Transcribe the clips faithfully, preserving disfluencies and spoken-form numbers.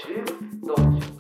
週どうでしょう。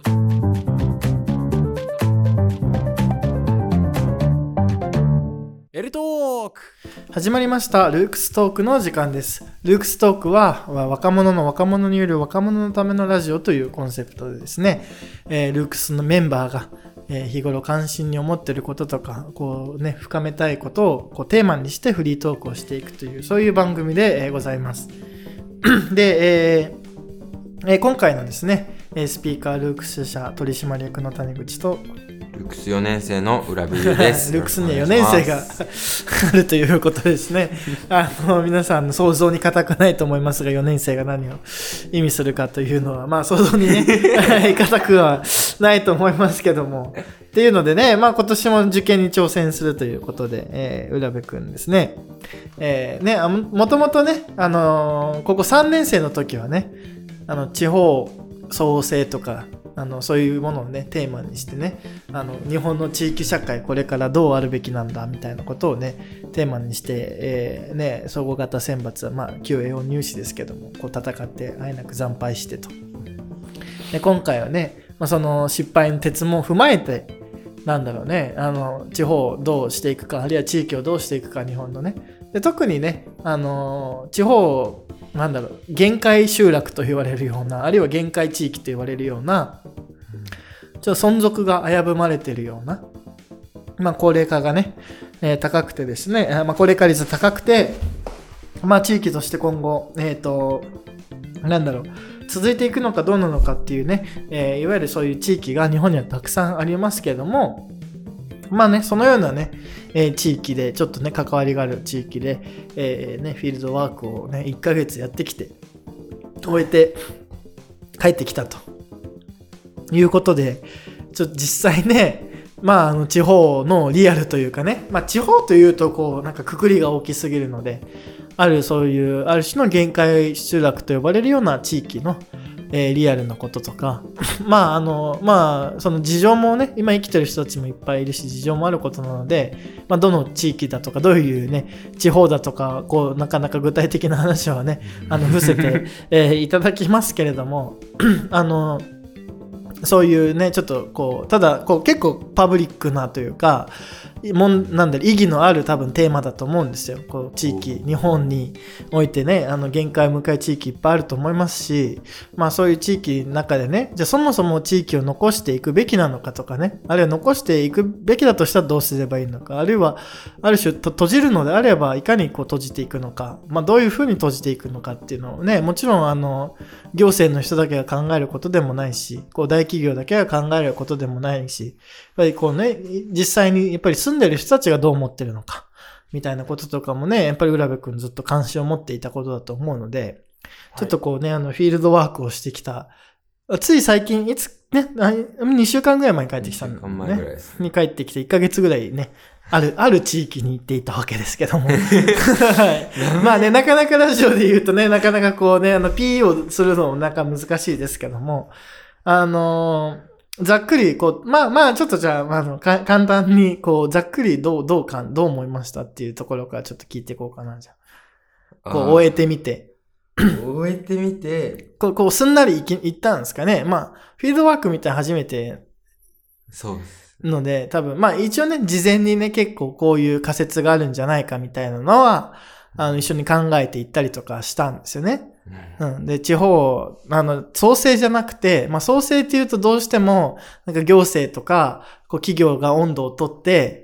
エルトーク始まりました。ルークストークの時間です。ルークストークは若者の若者による若者のためのラジオというコンセプトでですね、えー、ルークスのメンバーが、えー、日頃関心に思っていることとかこう、ね、深めたいことをこうテーマにしてフリートークをしていくというそういう番組で、えー、ございます。で、えーえー、今回のですねスピーカールークス社取締役の谷口とルクスよねん生の浦部優です。 ルクスにはよねん生があるということですね。あの皆さんの想像に難くないと思いますが、よねん生が何を意味するかというのはまあ想像にね難くはないと思いますけどもっていうのでね、まあ今年も受験に挑戦するということで、えー、浦部くんですね、えー、ねあもともとね、あのー、ここさんねん生の時はね、あの地方創生とかあのそういうものをねテーマにしてね、あの日本の地域社会これからどうあるべきなんだみたいなことをねテーマにして、えー、ね総合型選抜はまあ旧栄養入試ですけどもこう戦ってあえなく惨敗してと。で今回はね、まあ、その失敗の鉄も踏まえてなんだろうね、あの地方をどうしていくか、あるいは地域をどうしていくか、日本のね。で特にね、あの地方なんだろう限界集落と言われるような、あるいは限界地域と言われるような、ちょっと存続が危ぶまれているような、まあ高齢化がね、えー、高くてですね、まあ、高齢化率高くて、まあ地域として今後えっとなんだろう続いていくのかどうなのかっていうね、えー、いわゆるそういう地域が日本にはたくさんありますけれども、まあね、そのようなね、えー、地域で、ちょっとね、関わりがある地域で、えー、ね、フィールドワークをね、いっかげつやってきて、終えて帰ってきたということで、ちょっと実際ね、まあ、あの地方のリアルというかね、まあ地方というとこう、なんかくくりが大きすぎるので、あるそういう、ある種の限界集落と呼ばれるような地域の、えー、リアルなこととかまああのまあその事情もね今生きてる人たちもいっぱいいるし事情もあることなので、まあ、どの地域だとかどういうね地方だとかこうなかなか具体的な話はねあの伏せて、えー、いただきますけれどもあのそういうねちょっとこうただこう結構パブリックなというかもんなんだろ意義のある多分テーマだと思うんですよ。こう地域日本においてねあの限界を迎え地域いっぱいあると思いますし、まあそういう地域の中でねじゃあそもそも地域を残していくべきなのかとかね、あるいは残していくべきだとしたらどうすればいいのか、あるいはある種と閉じるのであればいかにこう閉じていくのか、まあどういうふうに閉じていくのかっていうのをねもちろんあの行政の人だけが考えることでもないし、こう大企業だけが考えることでもないし、やっぱりこうね実際にやっぱり住んでる人たちがどう思ってるのかみたいなこととかもねやっぱり浦部くんずっと関心を持っていたことだと思うので、ちょっとこうねあのフィールドワークをしてきたつい最近いつねにしゅうかんぐらい前に帰ってきたんだね、ねに帰ってきていっかげつぐらいねあるある地域に行っていたわけですけどもまあねなかなかラジオで言うとねなかなかこうねあの ピー をするのもなんか難しいですけども、あのーざっくり、こう、まあまあ、ちょっとじゃあ、あの、か、簡単に、こう、ざっくりどう、どうか、どう思いましたっていうところからちょっと聞いていこうかな、じゃあ。こう、終えてみて。 終えてみて。 こう、こう、すんなりいき、いったんですかね。まあ、フィールドワークみたいな初めて。 そうです。 ので、多分、まあ一応ね、事前にね、結構こういう仮説があるんじゃないかみたいなのは、あの、一緒に考えていったりとかしたんですよね。うん。で、地方、あの、創生じゃなくて、まあ、創生っていうとどうしても、なんか行政とか、こう、企業が温度をとって、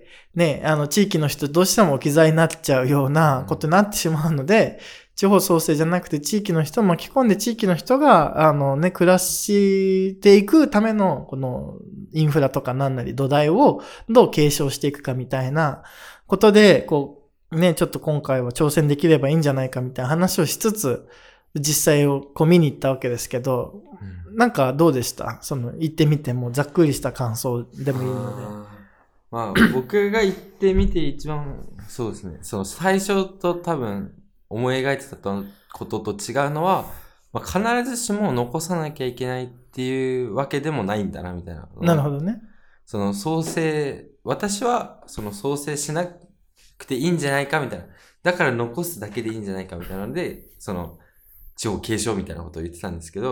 ね、あの、地域の人どうしても置き去りになっちゃうようなことになってしまうので、地方創生じゃなくて地域の人を巻き込んで地域の人が、あのね、暮らしていくための、この、インフラとかなんなり土台をどう継承していくかみたいなことで、こう、ね、ちょっと今回は挑戦できればいいんじゃないかみたいな話をしつつ、実際をこう見に行ったわけですけど、うん、なんかどうでした？その行ってみてもざっくりした感想でもいいので。 あまあ僕が行ってみて一番そうですね。その最初と多分思い描いてたことと違うのは、まあ、必ずしも残さなきゃいけないっていうわけでもないんだなみたいな。 なるほどね。 その創生、私はその創生しなくていいんじゃないかみたいな。だから残すだけでいいんじゃないかみたいなので、その地方継承みたいなことを言ってたんですけど、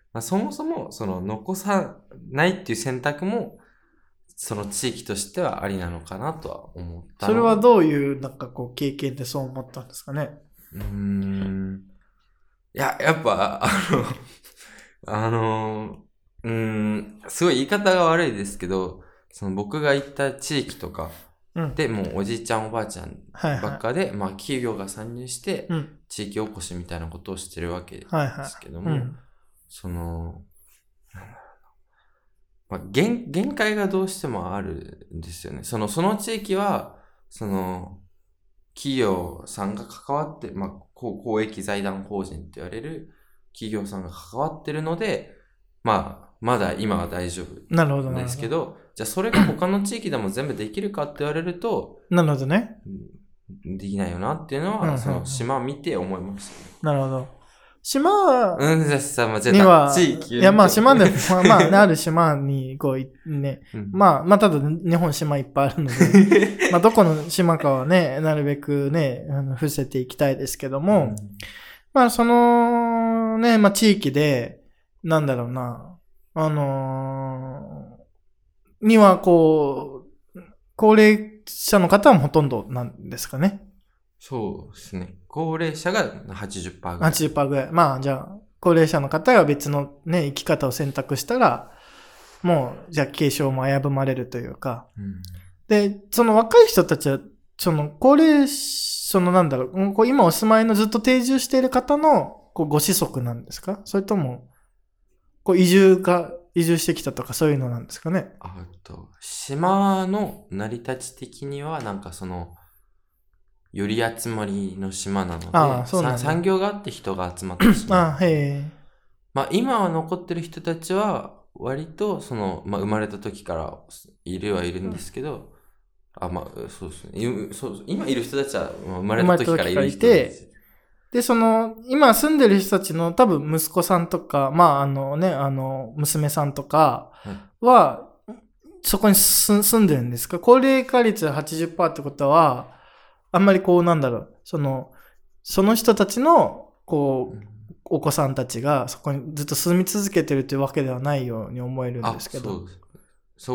まあ、そもそも、その、残さないっていう選択も、その地域としてはありなのかなとは思ったの。 それはどういう、なんかこう、経験でそう思ったんですかね。 うーん。いや、やっぱ、あの、あの、うーん、すごい言い方が悪いですけど、その僕が行った地域とかうん。 で、もうおじいちゃんおばあちゃんはいはい。 ばっかで、まあ企業が参入してう、ん。 地域おこしみたいなことをしてるわけではいはい。 すけども、 うん。 その、まあ、限、限界がどうしてもあるんですよね。その、その地域は、その、企業さんが関わって、まあ、こう公益財団法人って言われる企業さんが関わってるので、まあ、まだ今は大丈なるほど、 夫でなるほど。 すけど、じゃあそれが他の地域でも全部できるかって言われると、 なるほどね。 うんできないよなっていうのは、 うんうんうんその島を見て思いましたね。 なるほど。島うん、じゃあさ、間違えにた。 は、 地域いやまあ島でも、 も、 まあ、まあ、ある島に、こうい、ね、 うんまあ、まあ、ただ日本島いっぱいあるので、まあ、どこの島かはね、なるべくね、あの伏せていきたいですけども、 うんまあ、その、ね、まあ、地域で、なんだろうな、あのーには、こう、高齢者の方はほとんどなんですかね。 そうですね。高齢者がはちじゅっパーセントぐらい。 はちじゅっパーセントぐらい。まあ、じゃあ、高齢者の方が別のね、生き方を選択したら、もう、じゃあ、継承も危ぶまれるというか。 うんで、その若い人たちは、その、高齢、そのなんだろう、こう今お住まいのずっと定住している方の、こう、ご子息なんですか？それとも、こう、移住が、移住してきたとかそういうのなんですかね？ あと、島の成り立ち的には、なんかその、寄り集まりの島なので、 ああそうなんださ産業があって人が集まった島。 ああ、へえ。 まあ今は残ってる人たちは、割とその、まあ生まれた時からいるはいるんですけど、あ、まあそうですね。いそう今いる人たちはまあ生まれた時からいる人た生まれた時からいち。 で、その、今住んでる人たちの多分息子さんとか、まああのね、あの、娘さんとかは、そこに住住んでるんですか？高齢化率 はちじゅっパーセント ってことは、あんまりこうなんだろう、その、その人たちの、こう、お子さんたちがそこにずっと住み続けてるというわけではないように思えるんですけど。 あ、そうです。そう。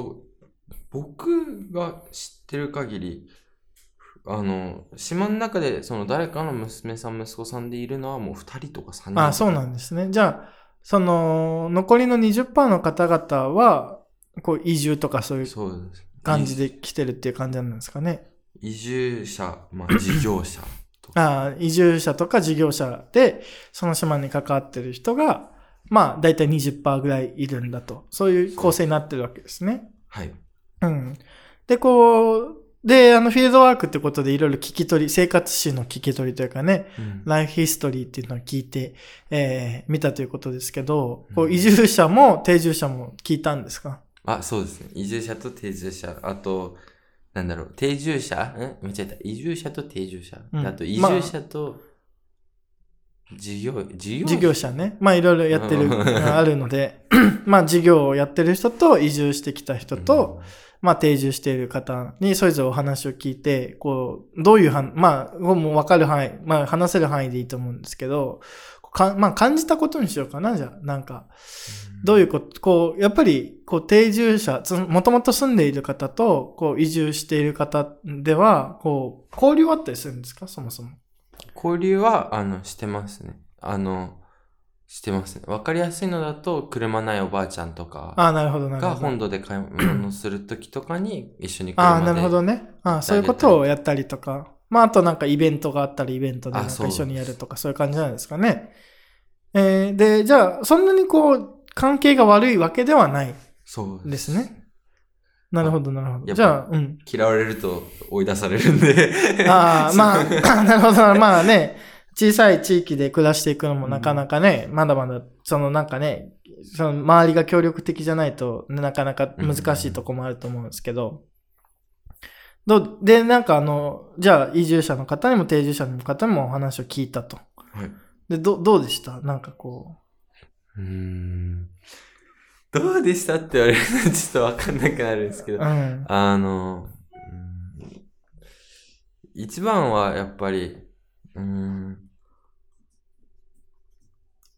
僕が知ってる限り、あの、島の中でその誰かの娘さん、息子さんでいるのはもうふたりとかさんにんとか。 あ、そうなんですね。じゃあ、その、残りの にじゅっパーセント の方々は、こう、移住とかそういうそうです。 感じで来てるっていう感じなんですかね。 移住者、まあ事業者とか。 ああ、移住者とか事業者で、その島に関わってる人が、まあ、だいたい にじゅっパーセント ぐらいいるんだと。そういう構成になってるわけですね。 はい。 うん。で、こう、で、あの、フィールドワークってことでいろいろ聞き取り、生活史の聞き取りというかね、 うん、 ライフヒストリーっていうのを聞いて、えー、見たということですけど、こううん移住者も定住者も聞いたんですか？ あ、そうですね。移住者と定住者。あと、なんだろう、定住者ん間違えた。移住者と定住者。 うんあと、移住者と、事業、事業事業者ね。まあいろいろやってる、あるので、まあ事業をやってる人と移住してきた人と、まあ定住している方にそれぞれお話を聞いて、こう、どういうはん、まあ、もうわかる範囲、まあ話せる範囲でいいと思うんですけど、かまあ感じたことにしようかな、じゃあ。なんか、どういうこと、こう、やっぱり、こう定住者、もともと住んでいる方と、こう移住している方では、こう、交流はあったりするんですか、そもそも。 交流は、あの、してますね。あの、してますね。わかりやすいのだと、車ないおばあちゃんとかああ、なるほど、なるほど。 が本土で買い物するときとかに一緒にああ、 車で。 なるほどね。ああ、そういうことをやったりとか。まあ、あとなんかイベントがあったらイベントでなんか一緒にやるとか、そういう感じなんですかね。えー、で、じゃあ、そんなにこう、関係が悪いわけではないそうですね。なるほど、なるほど。 やっぱじゃあ、うん。 嫌われると追い出されるんで。 ああ、まあ、なるほど。まあね、小さい地域で暮らしていくのもなかなかね、うん、まだまだ、そのなんかね、その周りが協力的じゃないとなかなか難しいとこもあると思うんですけど、どう、で、なんかあの、じゃあ移住者の方にも定住者の方にもお話を聞いたと。 はい。 で、ど、どうでしたなんかこう。うーん。どうでしたって言われるとちょっとわかんなくなるんですけど、うん、あの、うん、一番はやっぱり、うーん、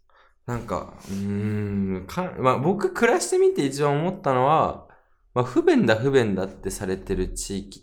なんか、うーん、かまあ、僕暮らしてみて一番思ったのは、まあ、不便だ不便だってされてる地域って、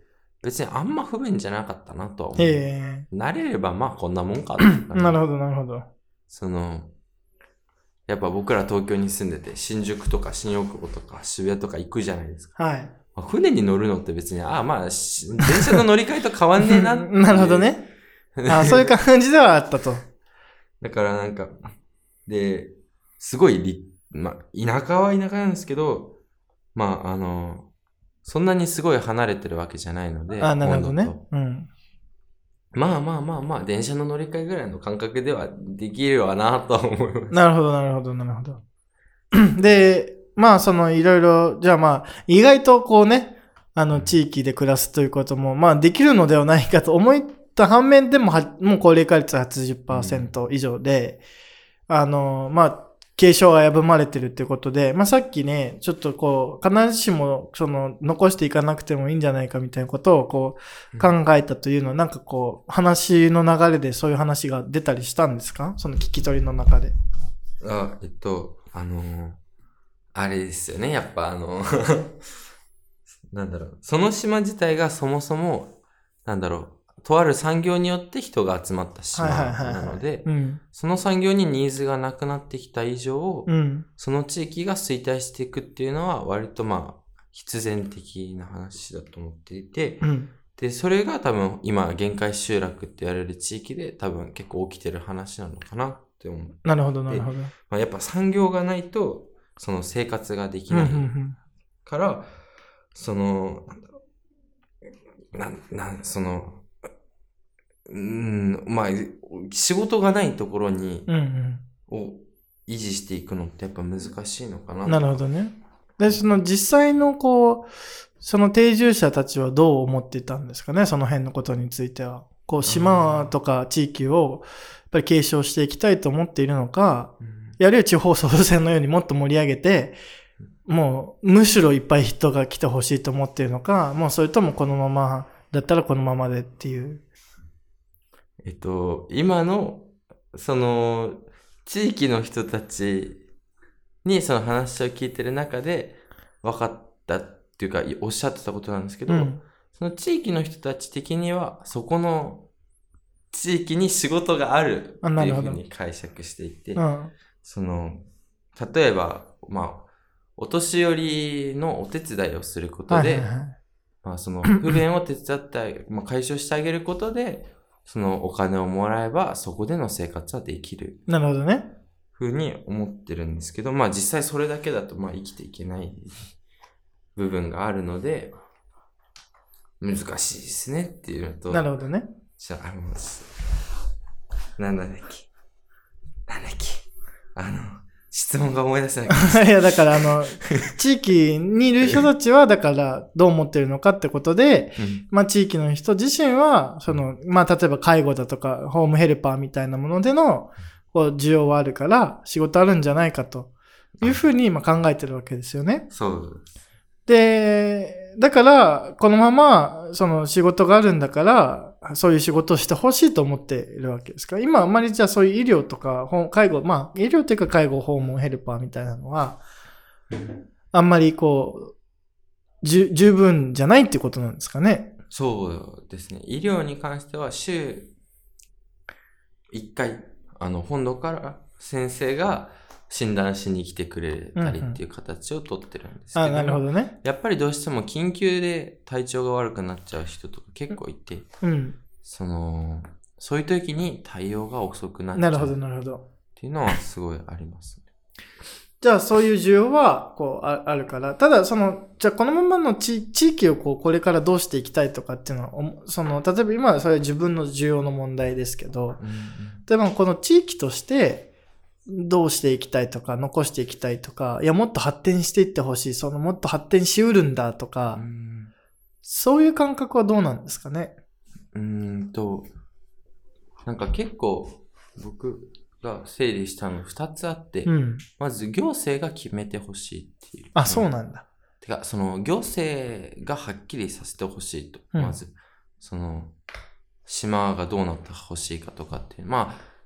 別にあんま不便じゃなかったなとは思う。 え慣れればまあこんなもんかってえ感じなるほど、なるほど。 その、やっぱ僕ら東京に住んでて、新宿とか新大久保とか渋谷とか行くじゃないですか。 はい。 まあ、船に乗るのって別に、ああまあ、し電車の乗り換えと変わんねえなっていうなるほど。ね。あそういう感じではあったと。 だからなんか、で、すごいり、まあ、田舎は田舎なんですけど、まあ、あの、そんなにすごい離れてるわけじゃないので、 あなるほどね本土と。 うん。 まあまあまあまあ、電車の乗り換えぐらいの感覚ではできるわなとは思います。 なるほど、なるほど、なるほど。で、まあ、その、いろいろ、じゃあまあ、意外とこうね、あの、地域で暮らすということも、まあ、できるのではないかと思った反面でもは、もう高齢化率はちじゅっパーセント以上で、あの、まあ、継承が危ぶまれてるっていうことで、まあ、さっきね、ちょっとこう、必ずしも、その、残していかなくてもいいんじゃないかみたいなことを、こう、考えたというのは、なんかこう、話の流れでそういう話が出たりしたんですか？その聞き取りの中で。 あ、えっと、あのーあれですよね。やっぱあの、なんだろう。その島自体がそもそも、なんだろう。とある産業によって人が集まった島はいはいはいはいなのでう、ん。 その産業にニーズがなくなってきた以上、 うん。 その地域が衰退していくっていうのは割とまあ、必然的な話だと思っていて、 うん。 で、それが多分今、限界集落って言われる地域で多分結構起きてる話なのかなって思う。 なるほど、なるほど。 まあ、やっぱ産業がないと、その生活ができうん、うないん、うん。 から、その、なんだろう。なん、なん、その、うーん、まあ、仕事がないところに、 うん、 を維持していくのってやっぱ難しいのかな。 うん。なるほどね。で、その実際のこう、その定住者たちはどう思っていたんですかね、その辺のことについては。こう、島とか地域を、やっぱり継承していきたいと思っているのか、 うん、 あるいは地方創生のようにもっと盛り上げて、もう、むしろいっぱい人が来てほしいと思っているのか、もうそれともこのまま、だったらこのままでっていう。 えっと、今の、その、地域の人たちにその話を聞いてる中で分かったっていうか、おっしゃってたことなんですけど、 うんその地域の人たち的には、そこの地域に仕事があるっていうふうに解釈していて、 うん。 その、例えば、まあ、お年寄りのお手伝いをすることで、 はいはいはい。 まあ、その不便を手伝ってあげ、まあ、解消してあげることで、そのお金をもらえば、そこでの生活はできる。 なるほどね。 ふうに思ってるんですけど、まあ実際それだけだとまあ生きていけない部分があるので、難しいですねっていうのと、 なるほどね。 じゃあ、あの、なんだっけ。なんだっけ。あの、質問が思い出せない。 いや、だからあの、地域にいる人たちは、だからどう思ってるのかってことで、 うんまあ地域の人自身は、その、まあ例えば介護だとか、ホームヘルパーみたいなものでの、こう、需要はあるから、仕事あるんじゃないかというふうに今考えてるわけですよね。 そうで、だから、このまま、その仕事があるんだから、そういう仕事をしてほしいと思っているわけですから、今あんまりじゃあそういう医療とか、ほん介護、まあ、医療というか介護、訪問ヘルパーみたいなのは、あんまりこう、じゅ十分じゃないっていうことなんですかね。 そうですね。医療に関しては週いっかい、あの、本土から先生が診断しに来てくれたりっていう形をとってるんですけど、 あ、なるほどね。 やっぱりどうしても緊急で体調が悪くなっちゃう人とか結構いて、 うん。 その、そういう時に対応が遅くなっちゃうなるほど、 っなるほど。 ていうのはすごいありますね。 じゃあそういう需要はこう あ, あるから、ただその、じゃあこのままの地地域をこうこれからどうしていきたいとかっていうのは、おその、例えば今はそれは自分の需要の問題ですけど、 うんうん、 でもこの地域としてどうしていきたいとか、残していきたいとか、いやもっと発展していってほしい、そのもっと発展しうるんだとか、 うん、 そういう感覚はどうなんですかね。 うーんと、なんか結構僕が整理したのふたつあって、 うん。 まず行政が決めてほしいっていう。 あ、そうなんだ。 てか、その行政がはっきりさせてほしいと。 うんまず、その、島がどうなってほしいかとかっていう。まあ、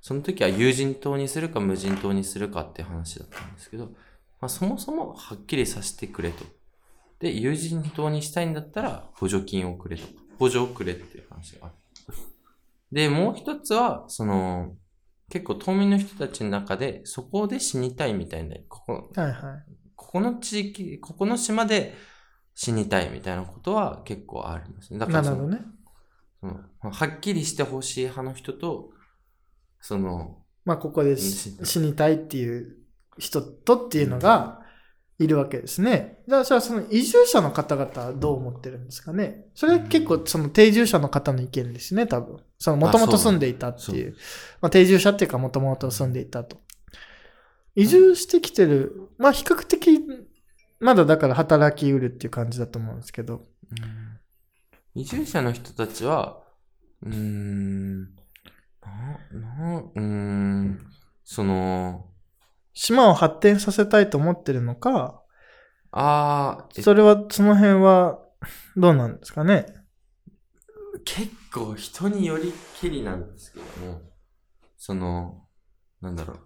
その時は有人島にするか無人島にするかっていう話だったんですけど、まあ、そもそもはっきりさせてくれと。で、有人島にしたいんだったら補助金をくれと。補助をくれっていう話がある。で、もう一つは、その、結構島民の人たちの中で、そこで死にたいみたいな、ここ、 はいはい。 ここの地域、ここの島で死にたいみたいなことは結構ありますね。だからなるほどね。 そのはっきりしてほしい派の人と、その、 まあ、ここで死にたいっていう人とっていうのがいるわけですね。じゃあ、じゃあその移住者の方々はどう思ってるんですかね。それは結構その定住者の方の意見ですね、多分。その元々住んでいたっていう。あまあ、定住者っていうか元々住んでいたと。移住してきてる、まあ比較的、まだだから働きうるっていう感じだと思うんですけど。 うん移住者の人たちは、うーん、な、な、うーん、その、 島を発展させたいと思ってるのか、 あー、 それは、その辺は、どうなんですかね。 結構人によりけりなんですけども、その、なんだろ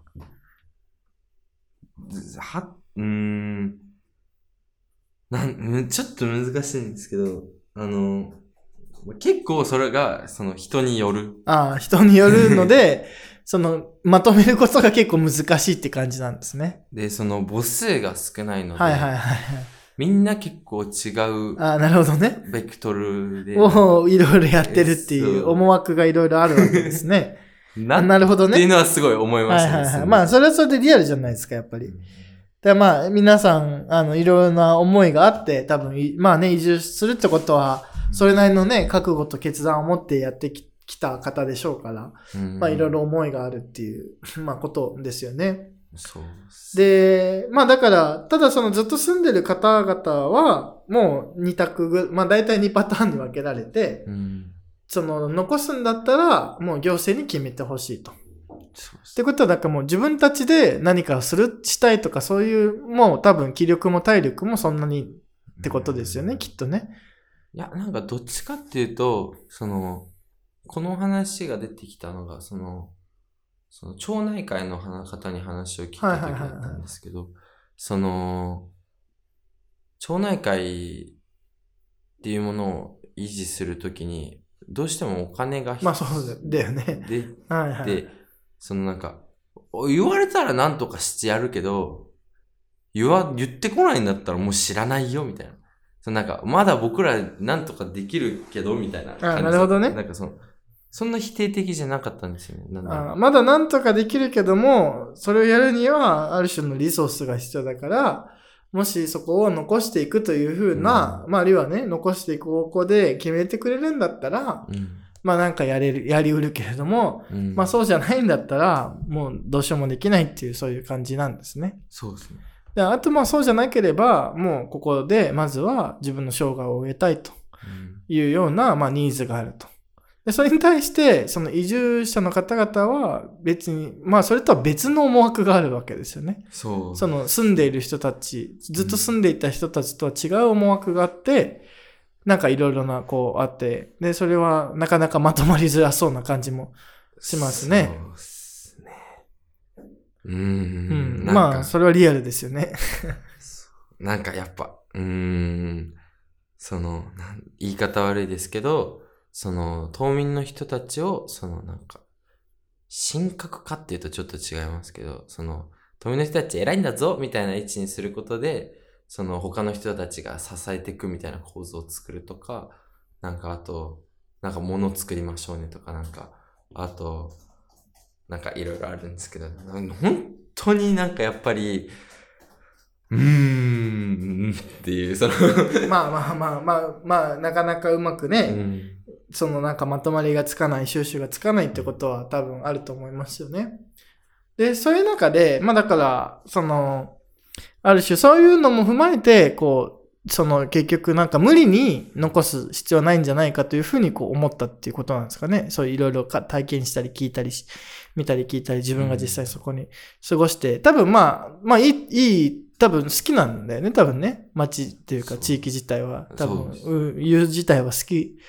う、は、うーん、なん、ちょっと難しいんですけど、あの、結構それが、その人による。 ああ、人によるので、その、まとめることが結構難しいって感じなんですね。 で、その母数が少ないので、 はいはいはい。 みんな結構違う、 ああ、なるほどね。 ベクトルで。 をいろいろやってるっていう思惑がいろいろあるわけですね。 な、 なるほどね。 っていうのはすごい思いましたね。 はいはいはい。まあ、それはそれでリアルじゃないですか、やっぱり。でまあ、皆さん、あの、いろいろな思いがあって、多分、まあね、移住するってことは、それなりのね、覚悟と決断を持ってやってききた方でしょうから、まあいろいろ思いがあるっていう、まあことですよね。 そうで、まあだから、ただそのずっと住んでる方々は、もうに択ぐ、まあ大体にパターンに分けられて、 うん、 その残すんだったら、もう行政に決めてほしいと。 そうってことは、だからもう自分たちで何かする、したいとかそういう、もう多分気力も体力もそんなにってことですよね、うん、きっとね。 いや、なんかどっちかっていうと、その、この話が出てきたのが、その、その町内会の方に話を聞いた時だったんですけど、その、町内会っていうものを維持するときに、どうしてもお金が必要。まあそうだよね。 で、 はいはい、 で、そのなんか、言われたら何とかしてやるけど、言わ、言ってこないんだったらもう知らないよ、みたいな。そのなんか、まだ僕らなんとかできるけど、みたいな感じ。 あ、なるほどね。 なんかその、そんな否定的じゃなかったんですよね。なんだあまだなんとかできるけども、それをやるには、ある種のリソースが必要だから、もしそこを残していくというふうな、うん、まあ、あるいはね、残していく方向で決めてくれるんだったら、うん、まあなんかやれる、やりうるけれども、うん、まあそうじゃないんだったら、もうどうしようもできないっていう、そういう感じなんですね。 そうですね。 であとまあそうじゃなければ、もうここでまずは自分の生涯を終えたいというような、まあニーズがあると。でそれに対して、その移住者の方々は別に、まあそれとは別の思惑があるわけですよね。 そう。 その住んでいる人たち、ずっと住んでいた人たちとは違う思惑があって、なんかいろいろなこうあって、で、それはなかなかまとまりづらそうな感じもしますね。 そうですね。うーん。うん、まあ、それはリアルですよね。 なんかやっぱ、うーん、その、言い方悪いですけど、その、島民の人たちを、そのなんか、神格化っていうとちょっと違いますけど、その、島民の人たち偉いんだぞみたいな位置にすることで、その他の人たちが支えていくみたいな構図を作るとか、なんかあと、なんか物作りましょうねとか、なんか、あと、なんかいろいろあるんですけど、本当になんかやっぱり、うーんっていう、そのまあまあまあまあ、まあ、なかなかうまくね、うん、そのなんかまとまりがつかない、収集がつかないってことは多分あると思いますよね。で、そういう中で、まあだから、その、ある種そういうのも踏まえて、こう、その結局なんか無理に残す必要はないんじゃないかというふうにこう思ったっていうことなんですかね。そういろいろ体験したり聞いたりし、見たり聞いたり自分が実際そこに過ごして、多分まあ、まあいい、いい、多分好きなんだよね。多分ね。街っていうか地域自体は。多分、言う自体は好き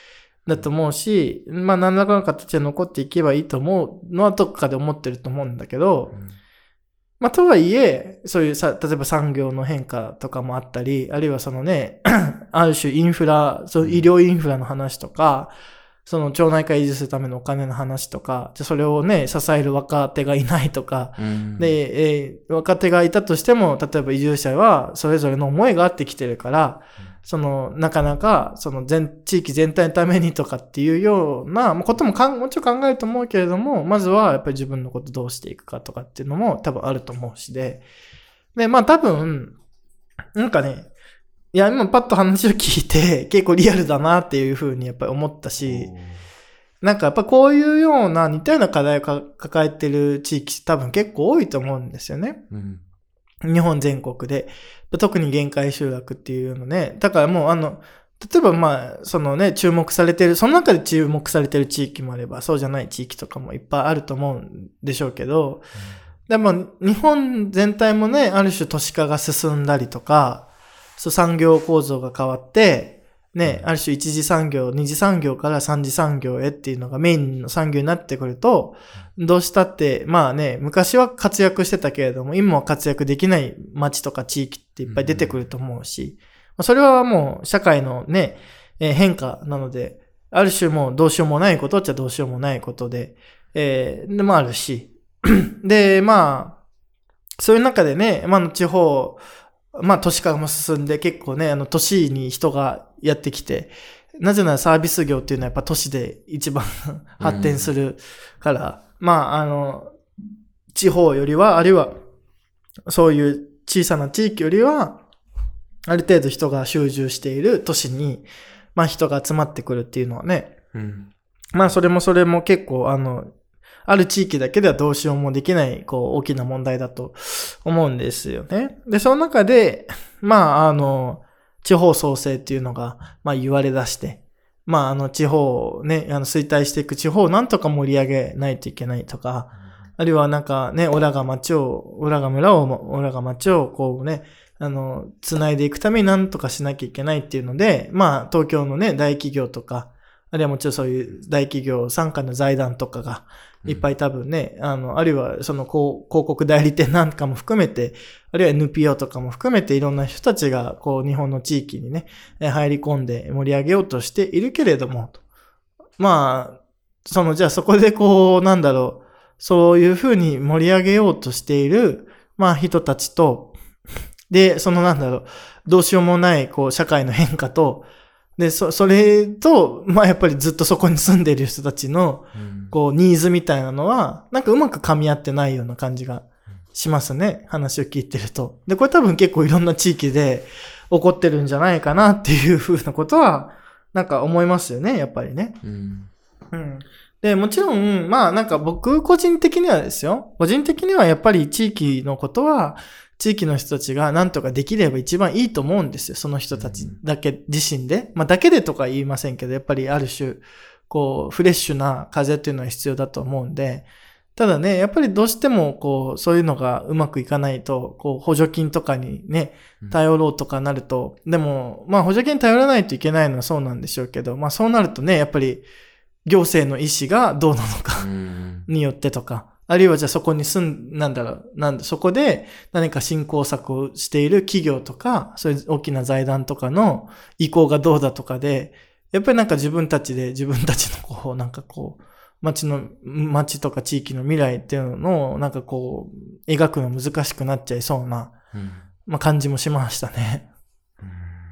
だと思うし、まあ何らかの形で残っていけばいいと思うのはどっかで思ってると思うんだけど、 うんまあとはいえ、そういうさ、例えば産業の変化とかもあったり、あるいはそのね、ある種インフラ、その医療インフラの話とか、その町内会維持するためのお金の話とか、じゃそれをね、支える若手がいないとか、 うん、 で、えー若手がいたとしても、例えば移住者はそれぞれの思いがあってきてるから、その、なかなか、その全、地域全体のためにとかっていうようなこともかん、もちろん考えると思うけれども、まずはやっぱり自分のことどうしていくかとかっていうのも多分あると思うしで。で、まあ多分、なんかね、いや、今パッと話を聞いて、結構リアルだなっていうふうにやっぱり思ったし、なんかやっぱこういうような似たような課題を抱えてる地域多分結構多いと思うんですよね。 うん日本全国で。特に限界集落っていうのね。だからもうあの、例えばまあ、そのね、注目されてる、その中で注目されてる地域もあれば、そうじゃない地域とかもいっぱいあると思うんでしょうけど、でも日本全体もね、ある種都市化が進んだりとか、そう産業構造が変わって、ね、ある種一次産業、二次産業から三次産業へっていうのがメインの産業になってくると、どうしたって、まあね、昔は活躍してたけれども、今は活躍できない町とか地域っていっぱい出てくると思うし、それはもう社会のね、えー変化なので、ある種もうどうしようもないことっちゃどうしようもないことで、えー、でもあるし、で、まあ、そういう中でね、まあ、地方、まあ、都市化も進んで結構ね、あの、都市に人がやってきて、なぜならサービス業っていうのはやっぱ都市で一番発展するから、うん、まあ、あの、地方よりは、あるいは、そういう小さな地域よりは、ある程度人が集中している都市に、まあ人が集まってくるっていうのはね、 うん、 まあそれもそれも結構あの、ある地域だけではどうしようもできない、こう、大きな問題だと思うんですよね。で、その中で、まあ、あの、地方創生っていうのが、まあ言われ出して、まああの地方ね、あの衰退していく地方をなんとか盛り上げないといけないとか、あるいはなんかね、オラが町を、オラが村を、オラが町をこうね、あの、繋いでいくためになんとかしなきゃいけないっていうので、まあ東京のね、大企業とか、あるいはもちろんそういう大企業傘下の財団とかが、いっぱい多分ね、あの、あるいはその広告代理店なんかも含めて、あるいは エヌピーオー とかも含めていろんな人たちが、こう、日本の地域にね、入り込んで盛り上げようとしているけれども、まあ、その、じゃあそこでこう、なんだろう、そういうふうに盛り上げようとしている、まあ人たちと、で、そのなんだろう、どうしようもない、こう、社会の変化と、で、そ、それと、まあやっぱりずっとそこに住んでいる人たちの、こう、ニーズみたいなのは、なんかうまく噛み合ってないような感じがしますね。話を聞いてると。で、これ多分結構いろんな地域で起こってるんじゃないかなっていうふうなことは、なんか思いますよね、やっぱりね。うん。うん。で、もちろん、まあなんか僕個人的にはですよ。個人的にはやっぱり地域のことは、地域の人たちが何とかできれば一番いいと思うんですよ。その人たちだけ自身で。まあだけでとか言いませんけど、やっぱりある種、こう、フレッシュな風っていうのは必要だと思うんで、ただね、やっぱりどうしても、こう、そういうのがうまくいかないと、こう、補助金とかにね、頼ろうとかなると、でも、まあ補助金頼らないといけないのはそうなんでしょうけど、まあそうなるとね、やっぱり、行政の意思がどうなのかによってとか、あるいはじゃあそこに住ん、なんだろう、なんだ、そこで何か振興策をしている企業とか、そういう大きな財団とかの意向がどうだとかで、やっぱりなんか自分たちで自分たちのこう、なんかこう、街の、街とか地域の未来っていうのをなんかこう、描くの難しくなっちゃいそうな、うんまあ感じもしましたね。うん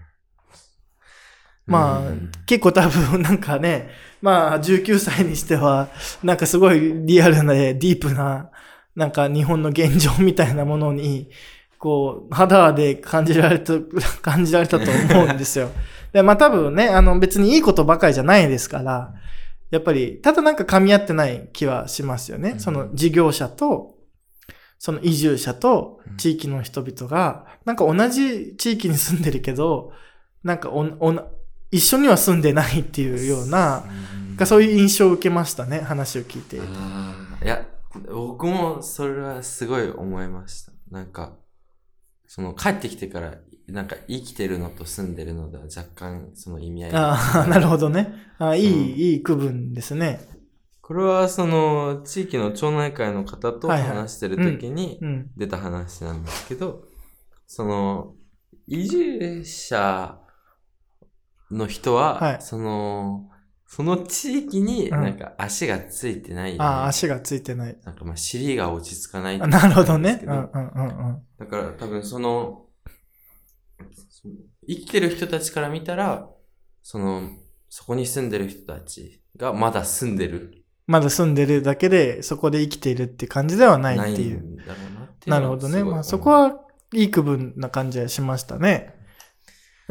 まあ、うん、結構多分なんかね、まあじゅうきゅうさいにしては、なんかすごいリアルなディープな、なんか日本の現状みたいなものに、こう、肌で感じられた、感じられたと思うんですよ。で、まあ多分ね、あの別にいいことばかりじゃないですから、やっぱり、ただなんか噛み合ってない気はしますよね。うん、その事業者と、その移住者と地域の人々が、なんか同じ地域に住んでるけど、なんかお、お、一緒には住んでないっていうような、うん、そういう印象を受けましたね、話を聞いていると。 いや、僕もそれはすごい思いました。なんか、 その帰ってきてからなんか生きてるのと住んでるのでは若干その意味合いが。 ああ、なるほどね。あいい、 うん、 いい区分ですね。 これはその地域の町内会の方と話してる時に出た話なんですけど、はいはい、うん、その移住者の人は、はい、そのその地域になんか足がついてない、ね、 うん、ああ、足がついてない。 なんかまあ尻が落ち着かないってなるほどね。うんうんうんうん。 だから多分その、生きてる人たちから見たら、その、そこに住んでる人たちがまだ住んでる。 まだ住んでるだけで、そこで生きているって感じではないっていう。 ないんだろうなっていう。 なるほどね。まあそこはいい区分な感じはしましたね。うん、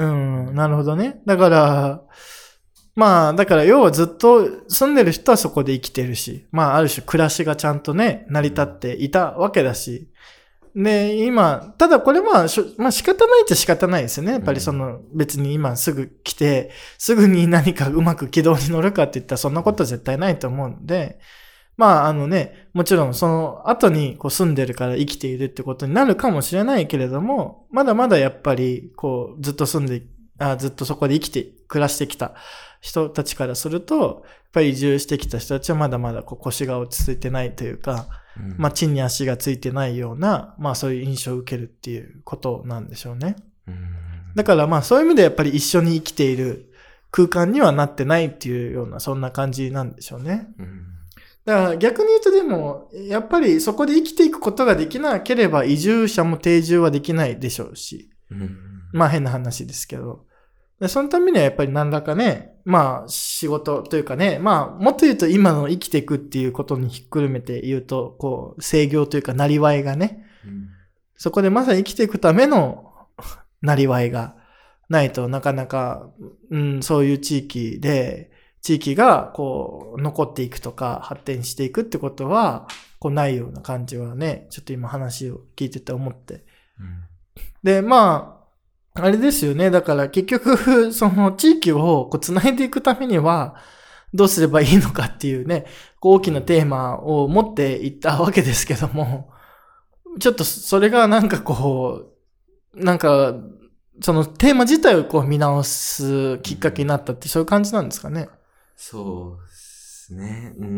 なるほどね。だから、まあ、だから要はずっと住んでる人はそこで生きてるし、まあある種暮らしがちゃんとね、成り立っていたわけだし、で、今、ただこれまあ、まあ仕方ないっちゃ仕方ないですよね。やっぱりその別に今すぐ来て、すぐに何かうまく軌道に乗るかって言ったらそんなことは絶対ないと思うので、まああのね、もちろんその後にこう住んでるから生きているってことになるかもしれないけれども、まだまだやっぱりこうずっと住んで、あずっとそこで生きて、暮らしてきた人たちからすると、やっぱり移住してきた人たちはまだまだこう腰が落ち着いてないというか、うん、まあ地に足がついてないような、まあそういう印象を受けるっていうことなんでしょうね。うん、だからまあそういう意味でやっぱり一緒に生きている空間にはなってないっていうようなそんな感じなんでしょうね。うん、だから逆に言うとでも、やっぱりそこで生きていくことができなければ移住者も定住はできないでしょうし、うん、まあ変な話ですけど。でそのためにはやっぱり何らかね、まあ仕事というかね、まあもっと言うと今の生きていくっていうことにひっくるめて言うと、こう制御というかなりわいがね、うん、そこでまさに生きていくためのなりわいがないとなかなか、うん、そういう地域で、地域がこう残っていくとか発展していくってことは、こうないような感じはね、ちょっと今話を聞いてて思って。うん、で、まあ、あれですよね。だから結局、その地域をこう繋いでいくためには、どうすればいいのかっていうね、こう大きなテーマを持っていったわけですけども、ちょっとそれがなんかこう、なんか、そのテーマ自体をこう見直すきっかけになったってそういう感じなんですかね。 そうですね。うん。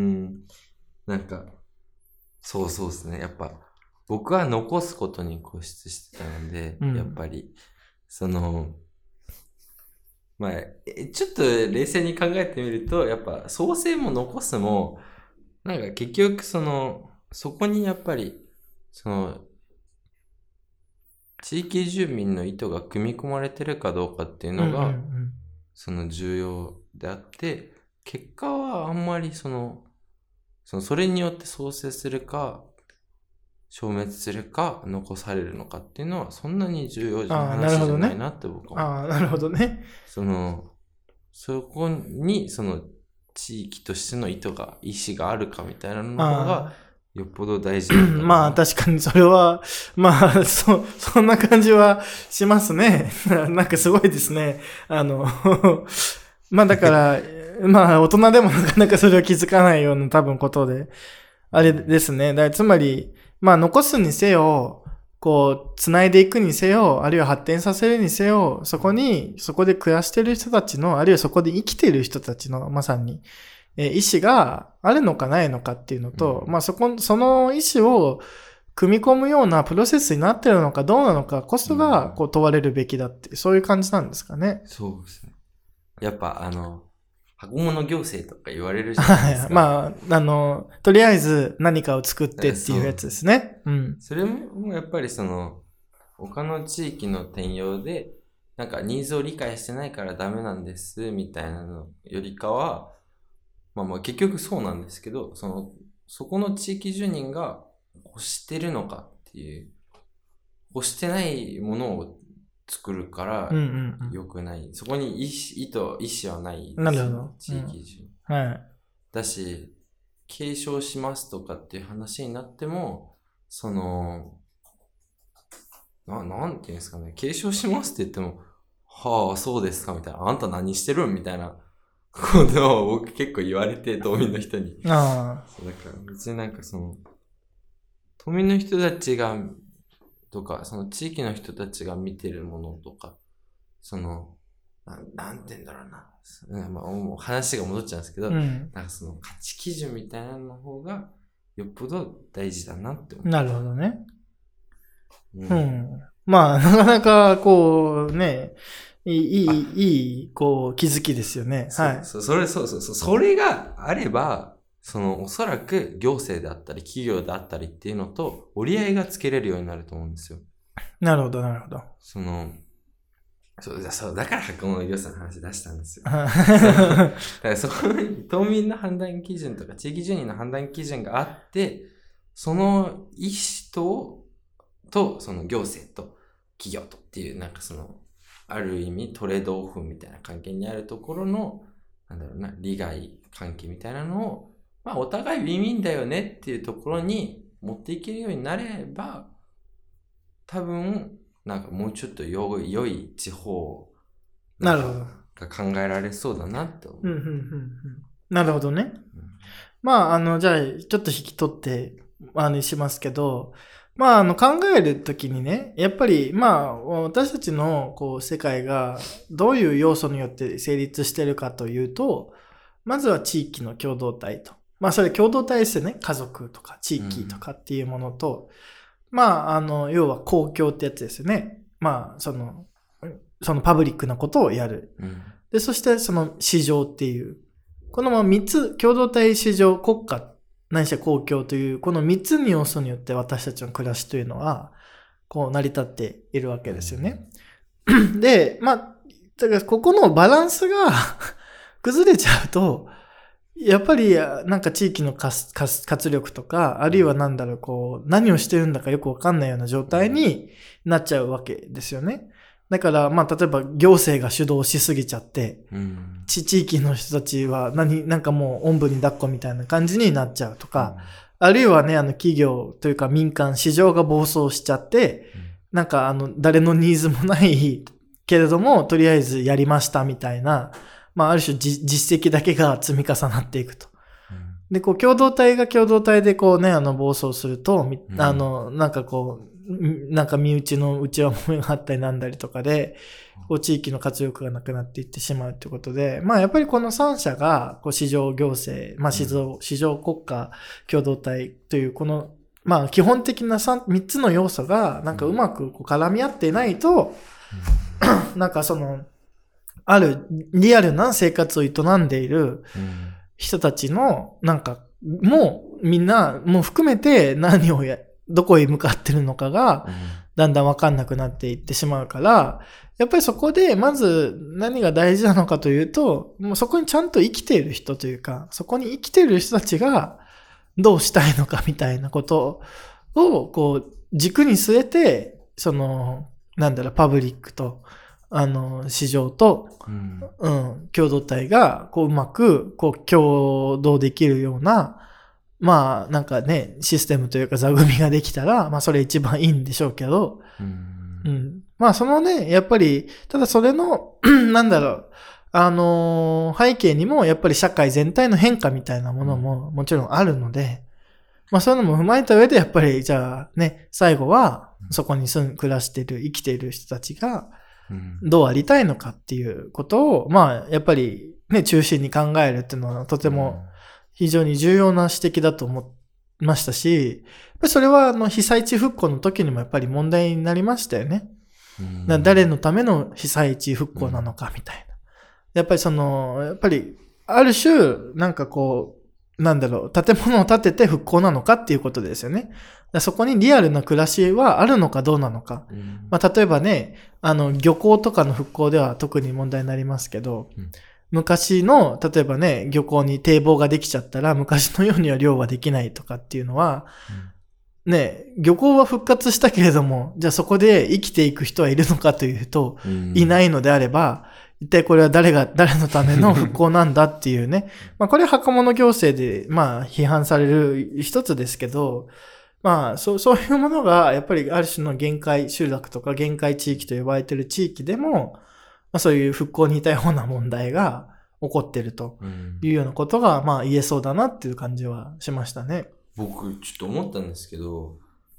なんか、そうそうですね。やっぱ、僕は残すことに固執してたので、うん、やっぱり、その、まあ、ちょっと冷静に考えてみると、やっぱ創生も残すも、なんか結局その、そこにやっぱり、その、地域住民の意図が組み込まれてるかどうかっていうのが、うんうんうん、その重要であって、結果はあんまりその、そのそれによって創生するか、消滅するか残されるのかっていうのはそんなに重要じゃ話じゃないなって僕は。 ああ、なるほどね。 その、そこにその地域としての意図が、意思があるかみたいなのがよっぽど大事なんだな。 まあ確かにそれは、まあそ、そんな感じはしますね。なんかすごいですね。あの、まあだから、まあ大人でもなかなかそれは気づかないような多分ことで、あれですね。だからつまり、まあ残すにせよ、こう、繋いでいくにせよ、あるいは発展させるにせよ、そこに、そこで暮らしてる人たちの、あるいはそこで生きてる人たちの、まさに、えー、意思があるのかないのかっていうのと、うん、まあそこ、その意思を組み込むようなプロセスになってるのかどうなのかこそが、こう問われるべきだって、そういう感じなんですかね。 そうですね。やっぱあの、箱物行政とか言われるじゃないですか。 まあ、あの、とりあえず何かを作ってっていうやつですね。うん。 それもやっぱりその、他の地域の転用で、なんかニーズを理解してないからダメなんです、みたいなのよりかは、まあまあ結局そうなんですけど、その、そこの地域住人が欲してるのかっていう、欲してないものを作るから良くない、うんうんうん、そこに意思、意図、意思はないです。 なるほど。 地域中、 うん、はい。 だし、継承しますとかっていう話になっても、その、な、なんていうんですかね、継承しますって言っても、はあ、そうですかみたいな、あんた何してるんみたいなことを僕結構言われて、島民の人に。 ああ。 だから別になんかその、島民の人たちがとか、その地域の人たちが見てるものとか、その、ななんて言うんだろうな。うんまあ、もう話が戻っちゃうんですけど、 うん、 なんかその価値基準みたいなの方がよっぽど大事だなって思う。 なるほどね。 うん。 うん。まあ、なかなか、こう、ね、いい、いい、いい、こう、気づきですよね。 そうはい。 そう、それ、そうそうそう。それがあれば、その、おそらく行政であったり、企業であったりっていうのと折り合いがつけれるようになると思うんですよ。 なるほど、なるほど。 その、そうだ、そう、だから箱物行政の話出したんですよ。 はだからそこに島民の判断基準とか地域住人の判断基準があって、その意思と、と、その行政と企業とっていう、なんかその、ある意味トレードオフみたいな関係にあるところの、なんだろうな、利害関係みたいなのを、まあお互いウィンウィンだよねっていうところに持っていけるようになれば、多分、なんかもうちょっと良い、良い地方なるほど。 が考えられそうだなって思う。 うん、うん、うん、うん。なるほどね。 うんまあ、あの、じゃあ、ちょっと引き取って、あの、しますけど、まあ、あの、考えるときにね、やっぱり、まあ、私たちの、こう、世界が、どういう要素によって成立してるかというと、まずは地域の共同体と。まあ、それ共同体ですよね。家族とか地域とかっていうものと、うん、まあ、あの、要は公共ってやつですよね。まあ、その、そのパブリックなことをやる。 うん、 で、そしてその市場っていう。このみっつ、共同体、市場、国家、何しろ公共という、このみっつの要素によって私たちの暮らしというのは、こう成り立っているわけですよね。で、まあ、だからここのバランスが崩れちゃうと、やっぱりなんか地域の活活力とか、あるいはなんだろう、こう、何をしてるんだかよくわかんないような状態になっちゃうわけですよね。だから、まあ、例えば行政が主導しすぎちゃって、うん、地域の人たちは何、なんかもうおんぶに抱っこみたいな感じになっちゃうとか、うん、あるいはね、あの企業というか民間、市場が暴走しちゃって、うん、なんかあの、誰のニーズもないけれども、とりあえずやりましたみたいな、まあ、ある種実績だけが積み重なっていくと。うん、で、こう、共同体が共同体でこうね、あの、暴走すると、うん、あの、なんかこう、なんか身内の内輪もめがあったりなんだりとかで、こう地域の活力がなくなっていってしまうということで、まあやっぱりこのさん者が、こう市場行政、まあ市場、市場国家共同体というこの、まあ基本的な 3, 3つの要素がなんかうまくこう絡み合っていないと、なんかその、あるリアルな生活を営んでいる人たちの、なんかもうみんな、もう含めて何をや、どこへ向かってるのかがだんだん分かんなくなっていってしまうから、やっぱりそこでまず何が大事なのかというと、もうそこにちゃんと生きている人というか、そこに生きている人たちがどうしたいのかみたいなことをこう軸に据えて、そのなんだろう、パブリックとあの市場と、うんうん、共同体がこううまくこう共同できるような、まあなんかね、システムというか座組ができたら、まあそれ一番いいんでしょうけど、うんうん、まあそのね、やっぱり、ただそれの、なんだろう、あのー、背景にもやっぱり社会全体の変化みたいなものももちろんあるので、まあそういうのも踏まえた上でやっぱりじゃあね、最後はそこに住ん、暮らしている、生きている人たちがどうありたいのかっていうことを、まあやっぱりね、中心に考えるっていうのはとても、非常に重要な指摘だと思いましたし、やっぱりそれはあの被災地復興の時にもやっぱり問題になりましたよね。うん、誰のための被災地復興なのかみたいな。やっぱりその、やっぱりある種、なんかこう、なんだろう、建物を建てて復興なのかっていうことですよね。そこにリアルな暮らしはあるのかどうなのか。うんまあ、例えばね、あの、漁港とかの復興では特に問題になりますけど、うん昔の、例えばね、漁港に堤防ができちゃったら、昔のようには漁はできないとかっていうのは、うん、ね、漁港は復活したけれども、じゃあそこで生きていく人はいるのかというと、うん、いないのであれば、一体これは誰が、誰のための復興なんだっていうね。まあこれは墓物行政で、まあ批判される一つですけど、まあそう、そういうものが、やっぱりある種の限界集落とか限界地域と呼ばれている地域でも、まあ、そういう復興に似たような問題が起こっているというようなことが、まあ言えそうだなっていう感じはしましたね。 僕、ちょっと思ったんですけど、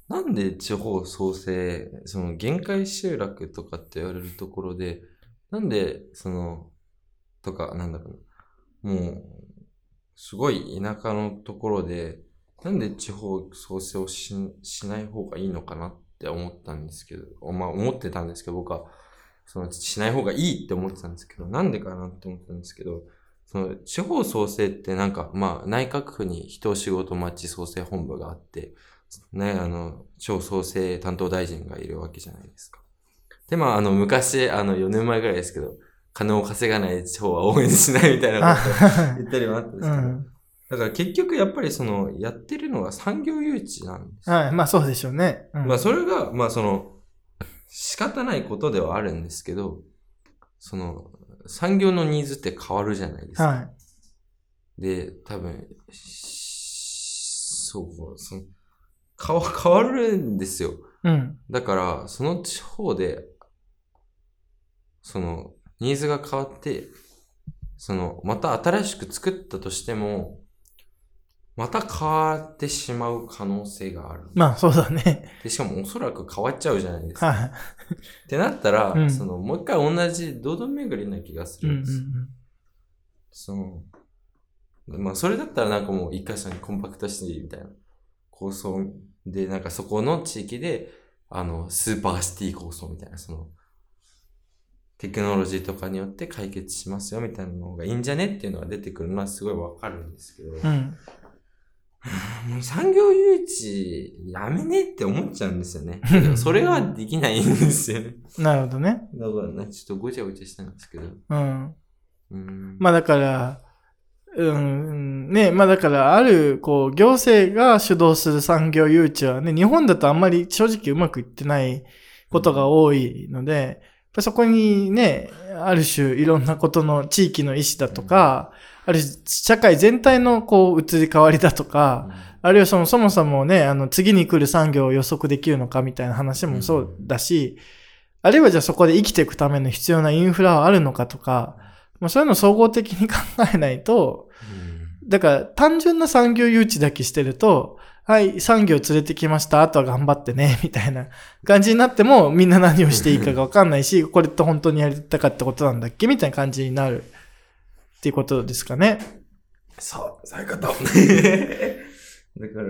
なんで地方創生、その限界集落とかって言われるところで、なんで、その、とか、なんだろうな、もう、すごい田舎のところで、なんで地方創生をし、しない方がいいのかなって思ったんですけど、まあ思ってたんですけど、僕は、その、しない方がいいって思ってたんですけど、なんでかなって思ったんですけど、その、地方創生ってなんか、まあ、内閣府に人仕事町創生本部があって、ね、あの、地方創生担当大臣がいるわけじゃないですか。で、まあ、あの、昔、あの、よねんまえぐらいですけど、金を稼がない地方は応援しないみたいなことを言ったりもあったんですけど、うん、だから結局やっぱりその、やってるのが産業誘致なんです。 はい、まあそうでしょうね。 うん、まあそれが、まあその、仕方ないことではあるんですけど、その、産業のニーズって変わるじゃないですか。はい。で、多分、そう、その、変わ、変わるんですよ。うん。だから、その地方で、その、ニーズが変わって、その、また新しく作ったとしても、また変わってしまう可能性がある。 まあ、そうだね。 で、しかもおそらく変わっちゃうじゃないですか。はい。ってなったら、うん、その、もう一回同じ堂々巡りな気がするんです。うんうんうん、その、まあ、それだったらなんかもう一箇所にコンパクトシティみたいな構想で、なんかそこの地域で、あの、スーパーシティ構想みたいな、その、テクノロジーとかによって解決しますよみたいなのがいいんじゃねっていうのが出てくるのはすごいわかるんですけど、うん、もう産業誘致やめねって思っちゃうんですよね。それはできないんですよね。 なるほどね。 だからね、ちょっとごちゃごちゃしたんですけど。 うん。うん、まあだから、うん、ね、まあだから、ある、こう、行政が主導する産業誘致はね、日本だとあんまり正直うまくいってないことが多いので、やっぱそこにね、ある種いろんなことの地域の意思だとか、ある種社会全体のこう移り変わりだとか、あるいはそのそもそもね、あの次に来る産業を予測できるのかみたいな話もそうだし、あるいはじゃあそこで生きていくための必要なインフラはあるのかとか、まあ、そういうのを総合的に考えないと、だから単純な産業誘致だけしてると、はい、産業連れてきました。あとは頑張ってね、みたいな感じになっても、みんな何をしていいかがわかんないし、これって本当にやりたかったことなんだっけみたいな感じになるっていうことですかね。 そう、そういうこと。だから、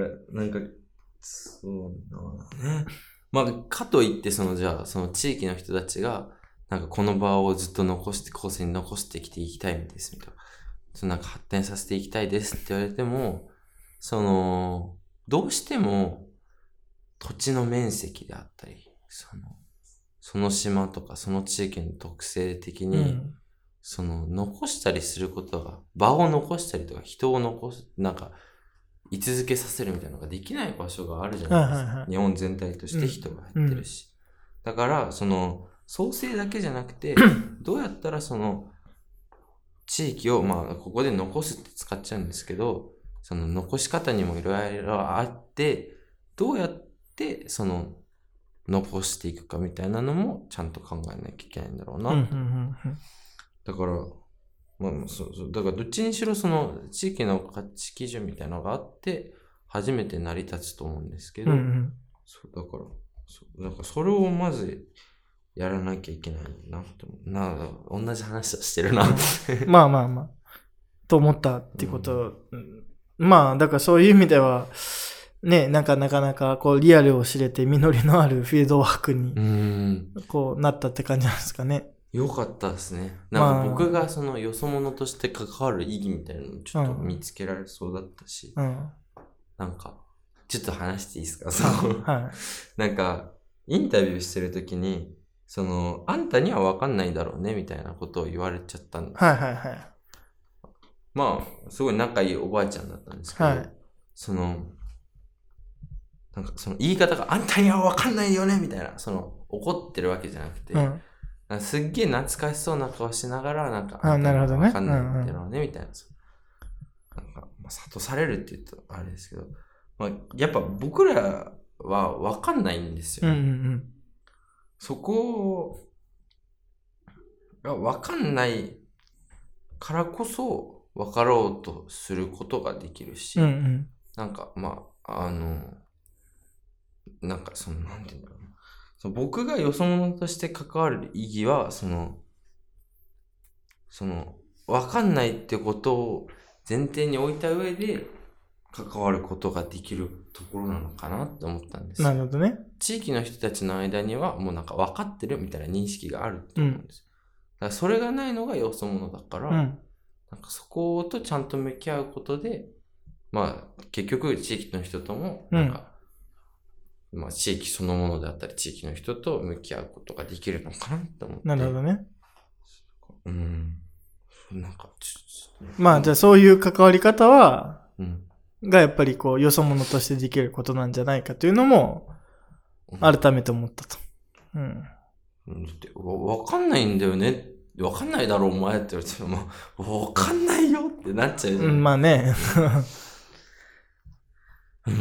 なんか、そうだね。まあ、かといって、その、じゃあ、その地域の人たちが、なんかこの場をずっと残して、後世に残してきていきたいんです、みたいな。そのなんか発展させていきたいですって言われても、その、どうしても土地の面積であったり、その、その島とかその地域の特性的に、うん、その、残したりすることが、場を残したりとか人を残す、なんか、居続けさせるみたいなのができない場所があるじゃないですか。はいはいはい、日本全体として人が入ってるし。うんうん、だから、その、創生だけじゃなくて、どうやったらその、地域を、まあ、ここで残すって使っちゃうんですけど、その残し方にもいろいろあって、どうやってその残していくかみたいなのもちゃんと考えなきゃいけないんだろうな。だから、まあ、そうそう、だからどっちにしろその地域の価値基準みたいなのがあって、初めて成り立つと思うんですけど、うんうん、そうだから、そうだからそれをまずやらなきゃいけないなと。な、同じ話をしてるな。 まあまあまあ。と思ったっていうこと、うん、まあだからそういう意味ではね、なんかなかなかこうリアルを知れて実りのあるフィールドワークにこうなったって感じなんですかね。 よかったですね。なんか僕がそのよそ者として関わる意義みたいなのをちょっと見つけられそうだったし、うん、なんかちょっと話していいですか？その、はい、なんかインタビューしてるときにそのあんたには分かんないだろうねみたいなことを言われちゃったんですよ。はいはいはい。まあ、すごい仲いいおばあちゃんだったんですけど、はい、その、なんかその言い方があんたには分かんないよねみたいな、その怒ってるわけじゃなくて、うん、なんかすっげえ懐かしそうな顔しながら、なんか、あんたには分かんないんだろうねみたいな、なんか、まあ、諭されるって言うとあれですけど、まあ、やっぱ僕らは分かんないんですよ、ね。うんうんうん、そこが分かんないからこそ、分かろうとすることができるし、うんうん、なんかまああのなんかその、なんていうんだろうな。その僕がよそ者として関わる意義は、その、その、わかんないってことを前提に置いた上で、関わることができるところなのかなって思ったんですよ。 なるほどね。 地域の人たちの間にはもうなんか分かってるみたいな認識があると思うんですよ。だからそれがないのがよそ者だから、 うん、 なんかそことちゃんと向き合うことで、まあ結局地域の人ともなんか、うん、まあ地域そのものであったり地域の人と向き合うことができるのかなって思って。 なるほどね。 うん。なんかまあじゃあそういう関わり方は、 うん、 がやっぱりこうよそ者としてできることなんじゃないかというのも改めて思ったと。うん。 だってわ、わかんないんだよね。わかんないだろお前って言われても、わかんないよってなっちゃうじゃん。 うん、まあね。 うん、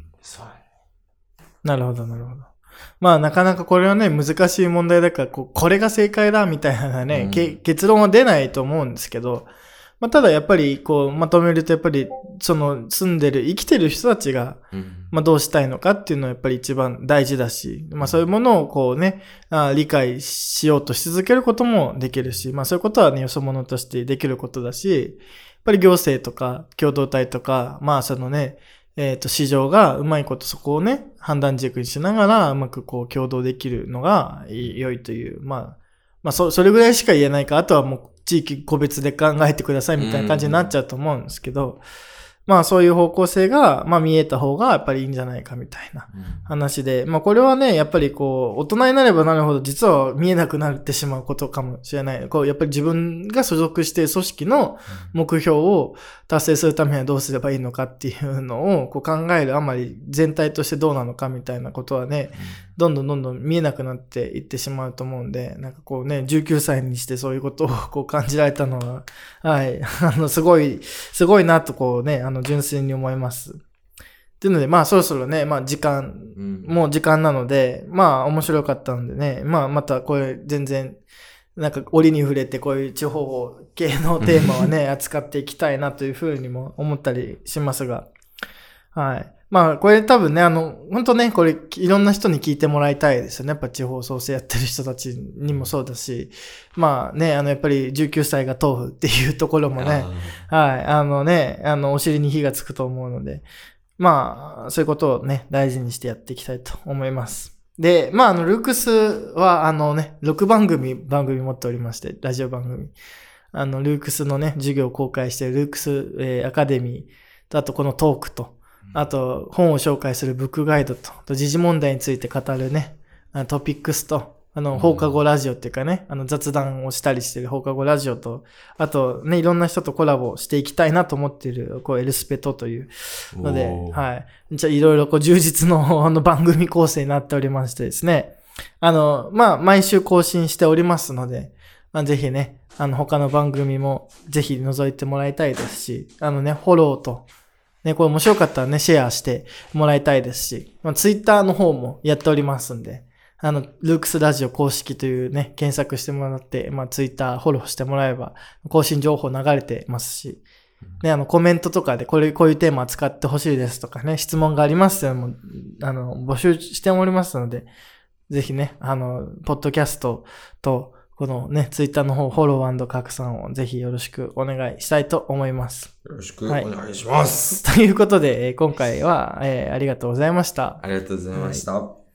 そうね。 なるほど、なるほど。まあなかなかこれはね、難しい問題だから、こうこれが正解だみたいなね、うん、け結論は出ないと思うんですけど、まあ、ただやっぱりこうまとめるとやっぱりその住んでる生きてる人たちが、まあどうしたいのかっていうのはやっぱり一番大事だし、まあそういうものをこうね、あ理解しようとし続けることもできるし、まあそういうことはね、よそ者としてできることだし、やっぱり行政とか共同体とか、まあそのね、えっと市場がうまいことそこをね、判断軸にしながらうまくこう共同できるのが良いという、まあ、まあそ、それぐらいしか言えないか、あとはもう地域個別で考えてくださいみたいな感じになっちゃうと思うんですけど、まあそういう方向性が、まあ見えた方がやっぱりいいんじゃないかみたいな話で、まあこれはね、やっぱりこう、大人になればなるほど実は見えなくなってしまうことかもしれない。こう、やっぱり自分が所属している組織の目標を達成するためにはどうすればいいのかっていうのをこう考えるあまり全体としてどうなのかみたいなことはね、どんどんどんどん見えなくなっていってしまうと思うんで、なんかこうね、じゅうきゅうさいにしてそういうことをこう感じられたのは、はい、あの、すごい、すごいなとこうね、あの、純粋に思います。っていうので、まあそろそろね、まあ時間、うん、もう時間なので、まあ面白かったんでね、まあまたこれ全然、なんか折に触れてこういう地方系のテーマはね、扱っていきたいなというふうにも思ったりしますが、はい。まあこれ多分ね、あの、本当ね、これいろんな人に聞いてもらいたいですよね。やっぱ地方創生やってる人たちにもそうだし、まあね、あのやっぱりじゅうきゅうさいが豆腐っていうところもね、はい、あのね、あのお尻に火がつくと思うので、まあそういうことをね、大事にしてやっていきたいと思います。で、まああの、ルークスはあのね、ろくばんぐみ、番組持っておりまして、ラジオ番組。あの、ルークスのね、授業を公開しているルークス、えー、アカデミーと、あとこのトークと、あと、本を紹介するブックガイドと、と時事問題について語るね、あのトピックスと、あの、放課後ラジオっていうかね、あの、雑談をしたりしてる放課後ラジオと、あとね、いろんな人とコラボしていきたいなと思っている、こう、エルスペトというので、はい。じゃあ、いろいろこう、充実のあの番組構成になっておりましてですね、あの、まあ、毎週更新しておりますので、まあ、ぜひね、あの、他の番組もぜひ覗いてもらいたいですし、あのね、フォローと、ね、これ面白かったらね、シェアしてもらいたいですし、まあ、ツイッターの方もやっておりますんで、あの、ルークスラジオ公式というね、検索してもらって、まあ、ツイッターフォローしてもらえば、更新情報流れてますし、ね、あの、コメントとかで、これ、こういうテーマ使ってほしいですとかね、質問がありますよ、もあの、募集しておりますので、ぜひね、あの、ポッドキャストと、このね、ツイッターの方、フォロー&拡散をぜひよろしくお願いしたいと思います。 よろしくお願いします。 はい、ということで、今回は、えー、ありがとうございました。 ありがとうございました。はい。